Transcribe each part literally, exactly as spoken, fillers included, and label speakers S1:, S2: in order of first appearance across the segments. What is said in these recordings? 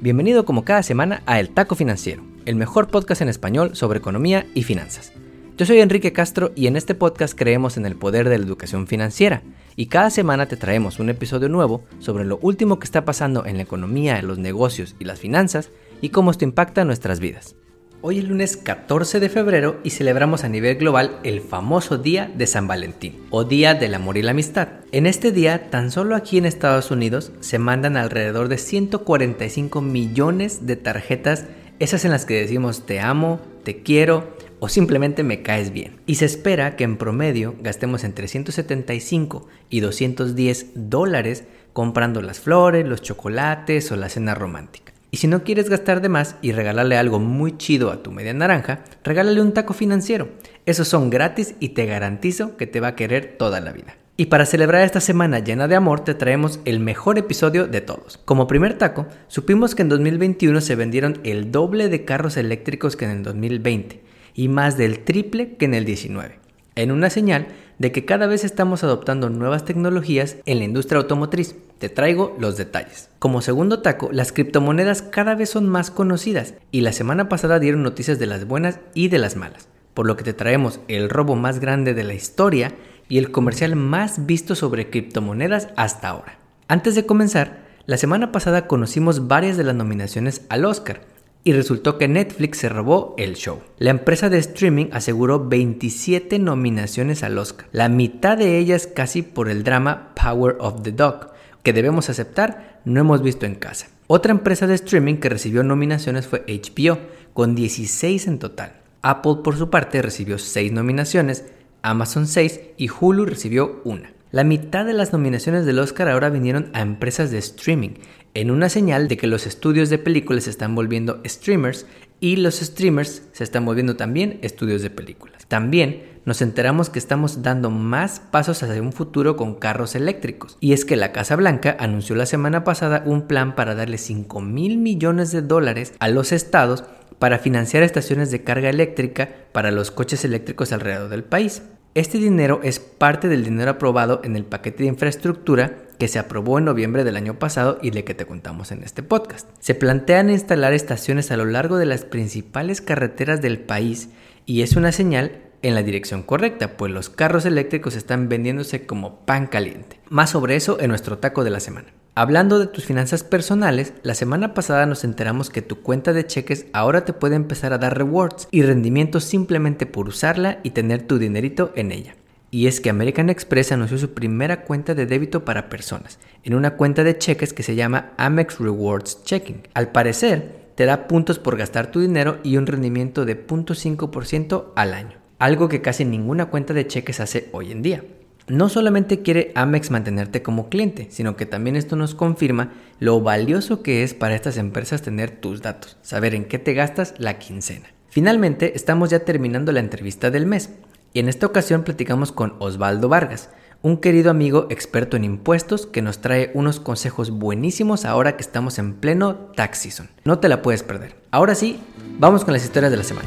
S1: Bienvenido como cada semana a El Taco Financiero, el mejor podcast en español sobre economía y finanzas. Yo soy Enrique Castro y en este podcast creemos en el poder de la educación financiera y cada semana te traemos un episodio nuevo sobre lo último que está pasando en la economía, los negocios y las finanzas y cómo esto impacta nuestras vidas. Hoy es lunes catorce de febrero y celebramos a nivel global el famoso Día de San Valentín o Día del Amor y la Amistad. En este día, tan solo aquí en Estados Unidos, se mandan alrededor de ciento cuarenta y cinco millones de tarjetas, esas en las que decimos te amo, te quiero o simplemente me caes bien. Y se espera que en promedio gastemos entre ciento setenta y cinco y doscientos diez dólares comprando las flores, los chocolates o la cena romántica. Y si no quieres gastar de más y regalarle algo muy chido a tu media naranja, regálale un taco financiero. Esos son gratis y te garantizo que te va a querer toda la vida. Y para celebrar esta semana llena de amor, te traemos el mejor episodio de todos. Como primer taco, supimos que en dos mil veintiuno se vendieron el doble de carros eléctricos que en el dos mil veinte y más del triple que en el diecinueve. En una señal de que cada vez estamos adoptando nuevas tecnologías en la industria automotriz. Te traigo los detalles. Como segundo taco, las criptomonedas cada vez son más conocidas y la semana pasada dieron noticias de las buenas y de las malas, por lo que te traemos el robo más grande de la historia y el comercial más visto sobre criptomonedas hasta ahora. Antes de comenzar, la semana pasada conocimos varias de las nominaciones al Oscar y resultó que Netflix se robó el show. La empresa de streaming aseguró veintisiete nominaciones al Oscar, la mitad de ellas casi por el drama Power of the Dog, que debemos aceptar no hemos visto en casa. Otra empresa de streaming que recibió nominaciones fue H B O, con dieciséis en total. Apple por su parte recibió seis nominaciones, Amazon seis y Hulu recibió una. La mitad de las nominaciones del Oscar ahora vinieron a empresas de streaming, en una señal de que los estudios de películas se están volviendo streamers y los streamers se están volviendo también estudios de películas. También nos enteramos que estamos dando más pasos hacia un futuro con carros eléctricos. Y es que la Casa Blanca anunció la semana pasada un plan para darle cinco mil millones de dólares a los estados para financiar estaciones de carga eléctrica para los coches eléctricos alrededor del país. Este dinero es parte del dinero aprobado en el paquete de infraestructura que se aprobó en noviembre del año pasado y de que te contamos en este podcast. Se plantean instalar estaciones a lo largo de las principales carreteras del país y es una señal en la dirección correcta, pues los carros eléctricos están vendiéndose como pan caliente. Más sobre eso en nuestro taco de la semana. Hablando de tus finanzas personales, la semana pasada nos enteramos que tu cuenta de cheques ahora te puede empezar a dar rewards y rendimientos simplemente por usarla y tener tu dinerito en ella. Y es que American Express anunció su primera cuenta de débito para personas, en una cuenta de cheques que se llama Amex Rewards Checking. Al parecer, te da puntos por gastar tu dinero y un rendimiento de cero punto cinco por ciento al año, algo que casi ninguna cuenta de cheques hace hoy en día. No solamente quiere Amex mantenerte como cliente, sino que también esto nos confirma lo valioso que es para estas empresas tener tus datos, saber en qué te gastas la quincena. Finalmente, estamos ya terminando la entrevista del mes. Y en esta ocasión platicamos con Osvaldo Vargas, un querido amigo experto en impuestos que nos trae unos consejos buenísimos ahora que estamos en pleno tax season. No te la puedes perder. Ahora sí, vamos con las historias de la semana.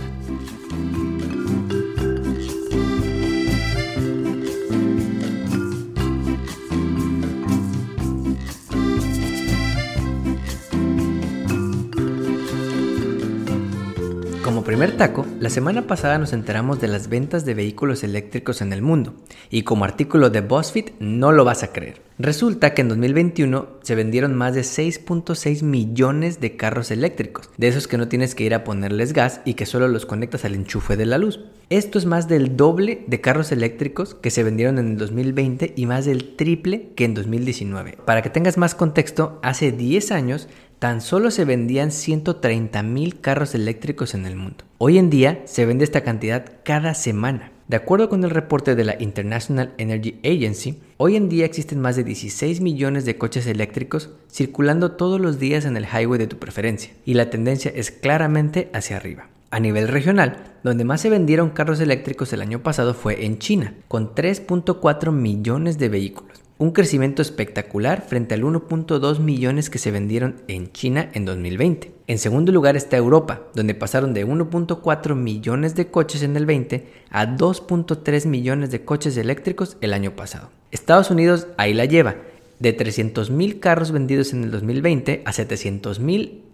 S1: Como primer taco, la semana pasada nos enteramos de las ventas de vehículos eléctricos en el mundo y como artículo de BuzzFeed no lo vas a creer. Resulta que en dos mil veintiuno se vendieron más de seis punto seis millones de carros eléctricos, de esos que no tienes que ir a ponerles gas y que solo los conectas al enchufe de la luz. Esto es más del doble de carros eléctricos que se vendieron en el dos mil veinte y más del triple que en dos mil diecinueve. Para que tengas más contexto, hace diez años tan solo se vendían ciento treinta mil carros eléctricos en el mundo. Hoy en día se vende esta cantidad cada semana. De acuerdo con el reporte de la International Energy Agency, hoy en día existen más de dieciséis millones de coches eléctricos circulando todos los días en el highway de tu preferencia, y la tendencia es claramente hacia arriba. A nivel regional, donde más se vendieron carros eléctricos el año pasado fue en China, con tres punto cuatro millones de vehículos. Un crecimiento espectacular frente al uno punto dos millones que se vendieron en China en dos mil veinte. En segundo lugar está Europa, donde pasaron de uno punto cuatro millones de coches en el veinte a dos punto tres millones de coches eléctricos el año pasado. Estados Unidos ahí la lleva, de trescientos mil carros vendidos en el dos mil veinte a setecientos mil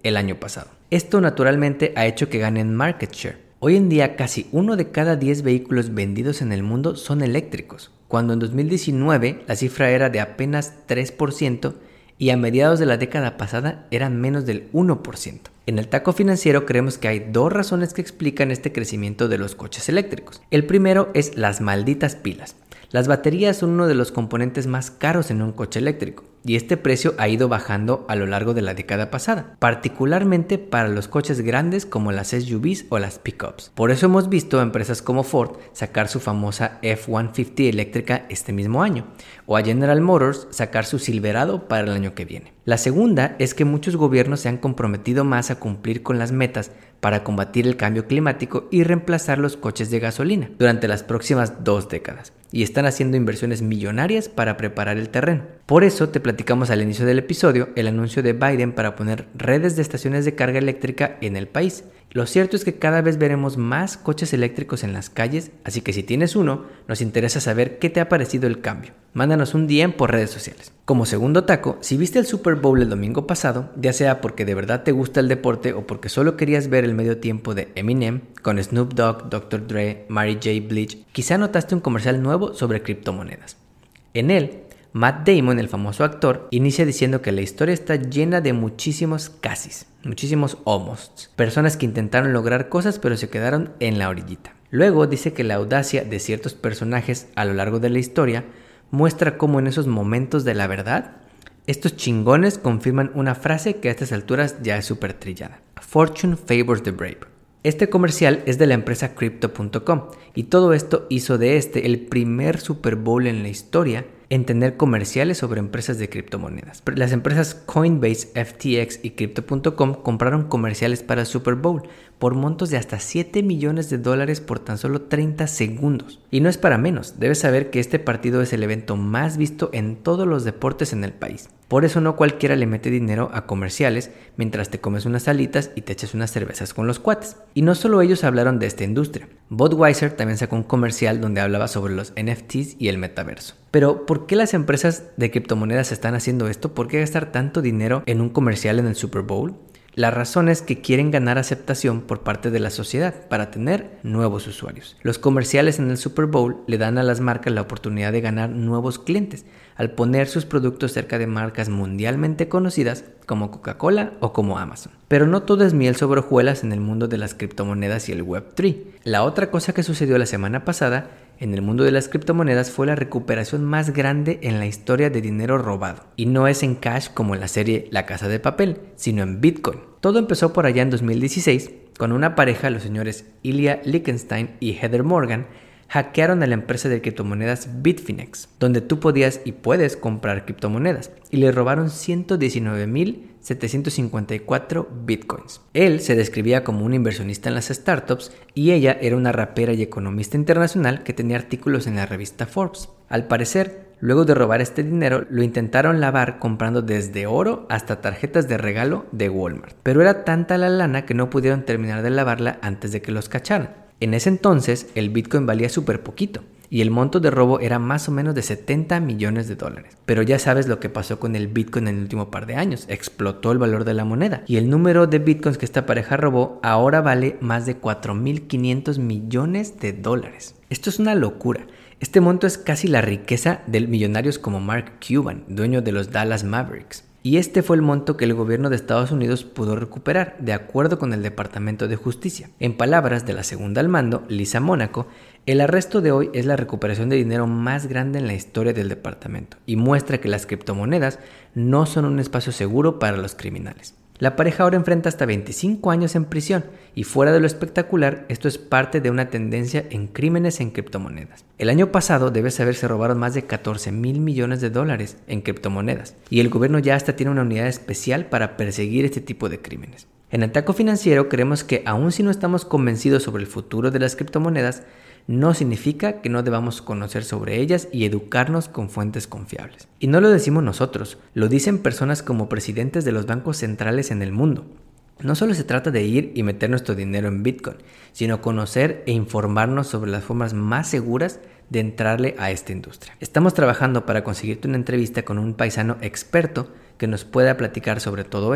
S1: el año pasado. Esto naturalmente ha hecho que ganen market share. Hoy en día casi uno de cada diez vehículos vendidos en el mundo son eléctricos, cuando en dos mil diecinueve la cifra era de apenas tres por ciento y a mediados de la década pasada eran menos del uno por ciento. En el Taco Financiero creemos que hay dos razones que explican este crecimiento de los coches eléctricos. El primero es las malditas pilas. Las baterías son uno de los componentes más caros en un coche eléctrico y este precio ha ido bajando a lo largo de la década pasada, particularmente para los coches grandes como las S U Vs o las pickups. Por eso hemos visto a empresas como Ford sacar su famosa F ciento cincuenta eléctrica este mismo año o a General Motors sacar su Silverado para el año que viene. La segunda es que muchos gobiernos se han comprometido más a cumplir con las metas para combatir el cambio climático y reemplazar los coches de gasolina durante las próximas dos décadas, y están haciendo inversiones millonarias para preparar el terreno. Por eso te platicamos al inicio del episodio el anuncio de Biden para poner redes de estaciones de carga eléctrica en el país. Lo cierto es que cada vez veremos más coches eléctricos en las calles, así que si tienes uno, nos interesa saber qué te ha parecido el cambio. Mándanos un D M por redes sociales. Como segundo taco, si viste el Super Bowl el domingo pasado, ya sea porque de verdad te gusta el deporte o porque solo querías ver el medio tiempo de Eminem con Snoop Dogg, doctor Dre, Mary J. Blige, quizá notaste un comercial nuevo sobre criptomonedas. En él, Matt Damon, el famoso actor, inicia diciendo que la historia está llena de muchísimos casis, muchísimos almosts, personas que intentaron lograr cosas pero se quedaron en la orillita. Luego dice que la audacia de ciertos personajes a lo largo de la historia muestra cómo en esos momentos de la verdad, estos chingones confirman una frase que a estas alturas ya es súper trillada: Fortune favors the brave. Este comercial es de la empresa Crypto punto com y todo esto hizo de este el primer Super Bowl en la historia en tener comerciales sobre empresas de criptomonedas. Las empresas Coinbase, F T X y Crypto punto com compraron comerciales para el Super Bowl por montos de hasta siete millones de dólares por tan solo treinta segundos. Y no es para menos, debes saber que este partido es el evento más visto en todos los deportes en el país. Por eso no cualquiera le mete dinero a comerciales mientras te comes unas alitas y te echas unas cervezas con los cuates. Y no solo ellos hablaron de esta industria. Budweiser también sacó un comercial donde hablaba sobre los N F Ts y el metaverso. Pero, ¿por qué las empresas de criptomonedas están haciendo esto? ¿Por qué gastar tanto dinero en un comercial en el Super Bowl? La razón es que quieren ganar aceptación por parte de la sociedad para tener nuevos usuarios. Los comerciales en el Super Bowl le dan a las marcas la oportunidad de ganar nuevos clientes al poner sus productos cerca de marcas mundialmente conocidas como Coca-Cola o como Amazon. Pero no todo es miel sobre hojuelas en el mundo de las criptomonedas y el web tres. La otra cosa que sucedió la semana pasada en el mundo de las criptomonedas fue la recuperación más grande en la historia de dinero robado. Y no es en cash como en la serie La Casa de Papel, sino en Bitcoin. Todo empezó por allá en dos mil dieciséis, cuando una pareja, los señores Ilya Lichtenstein y Heather Morgan, hackearon a la empresa de criptomonedas Bitfinex, donde tú podías y puedes comprar criptomonedas, y le robaron ciento diecinueve mil setecientos cincuenta y cuatro bitcoins. Él se describía como un inversionista en las startups y ella era una rapera y economista internacional que tenía artículos en la revista Forbes. Al parecer, luego de robar este dinero, lo intentaron lavar comprando desde oro hasta tarjetas de regalo de Walmart. Pero era tanta la lana que no pudieron terminar de lavarla antes de que los cacharan. En ese entonces, el Bitcoin valía súper poquito y el monto de robo era más o menos de setenta millones de dólares. Pero ya sabes lo que pasó con el Bitcoin en el último par de años. Explotó el valor de la moneda y el número de Bitcoins que esta pareja robó ahora vale más de cuatro mil quinientos millones de dólares. Esto es una locura. Este monto es casi la riqueza de millonarios como Mark Cuban, dueño de los Dallas Mavericks. Y este fue el monto que el gobierno de Estados Unidos pudo recuperar, de acuerdo con el Departamento de Justicia. En palabras de la segunda al mando, Lisa Mónaco, el arresto de hoy es la recuperación de dinero más grande en la historia del departamento y muestra que las criptomonedas no son un espacio seguro para los criminales. La pareja ahora enfrenta hasta veinticinco años en prisión y fuera de lo espectacular, esto es parte de una tendencia en crímenes en criptomonedas. El año pasado, debes saber, se robaron más de catorce mil millones de dólares en criptomonedas y el gobierno ya hasta tiene una unidad especial para perseguir este tipo de crímenes. En el Taco Financiero creemos que aun si no estamos convencidos sobre el futuro de las criptomonedas, no significa que no debamos conocer sobre ellas y educarnos con fuentes confiables. Y no lo decimos nosotros, lo dicen personas como presidentes de los bancos centrales en el mundo. No solo se trata de ir y meter nuestro dinero en Bitcoin, sino conocer e informarnos sobre las formas más seguras de entrarle a esta industria. Estamos trabajando para conseguirte una entrevista con un paisano experto que nos pueda platicar sobre todo esto.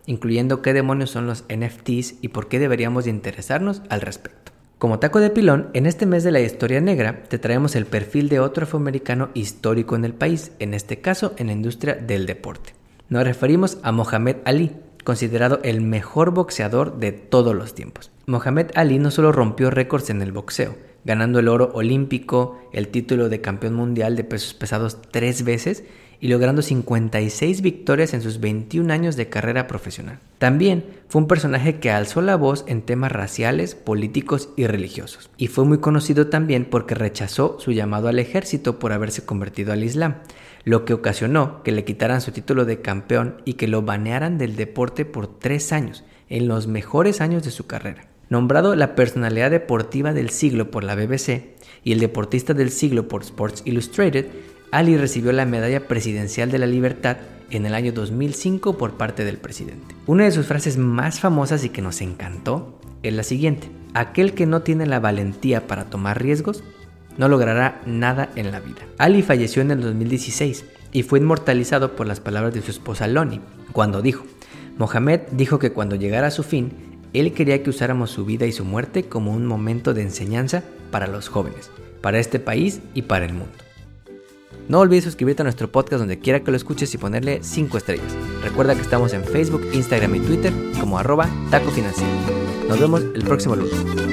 S1: incluyendo qué demonios son los N F Ts y por qué deberíamos de interesarnos al respecto. Como taco de pilón, en este mes de la historia negra te traemos el perfil de otro afroamericano histórico en el país, en este caso en la industria del deporte. Nos referimos a Muhammad Ali, considerado el mejor boxeador de todos los tiempos. Muhammad Ali no solo rompió récords en el boxeo, ganando el oro olímpico, el título de campeón mundial de pesos pesados tres veces y logrando cincuenta y seis victorias en sus veintiún años de carrera profesional. También fue un personaje que alzó la voz en temas raciales, políticos y religiosos. Y fue muy conocido también porque rechazó su llamado al ejército por haberse convertido al Islam, lo que ocasionó que le quitaran su título de campeón y que lo banearan del deporte por tres años, en los mejores años de su carrera. Nombrado la personalidad deportiva del siglo por la B B C y el deportista del siglo por Sports Illustrated, Ali recibió la Medalla Presidencial de la Libertad en el año dos mil cinco por parte del presidente. Una de sus frases más famosas y que nos encantó es la siguiente: aquel que no tiene la valentía para tomar riesgos no logrará nada en la vida. Ali falleció en el dos mil dieciséis y fue inmortalizado por las palabras de su esposa Lonnie, cuando dijo: Mohamed dijo que cuando llegara a su fin, él quería que usáramos su vida y su muerte como un momento de enseñanza para los jóvenes, para este país y para el mundo. No olvides suscribirte a nuestro podcast donde quiera que lo escuches y ponerle cinco estrellas. Recuerda que estamos en Facebook, Instagram y Twitter como arroba Taco Financiero. Nos vemos el próximo lunes.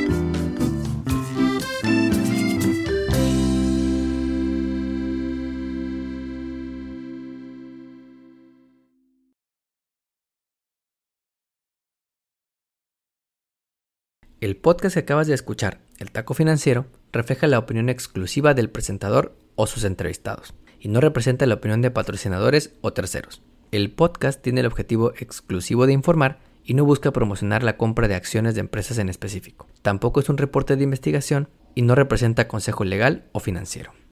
S1: El podcast que acabas de escuchar, El Taco Financiero, refleja la opinión exclusiva del presentador o sus entrevistados, y no representa la opinión de patrocinadores o terceros. El podcast tiene el objetivo exclusivo de informar y no busca promocionar la compra de acciones de empresas en específico. Tampoco es un reporte de investigación y no representa consejo legal o financiero.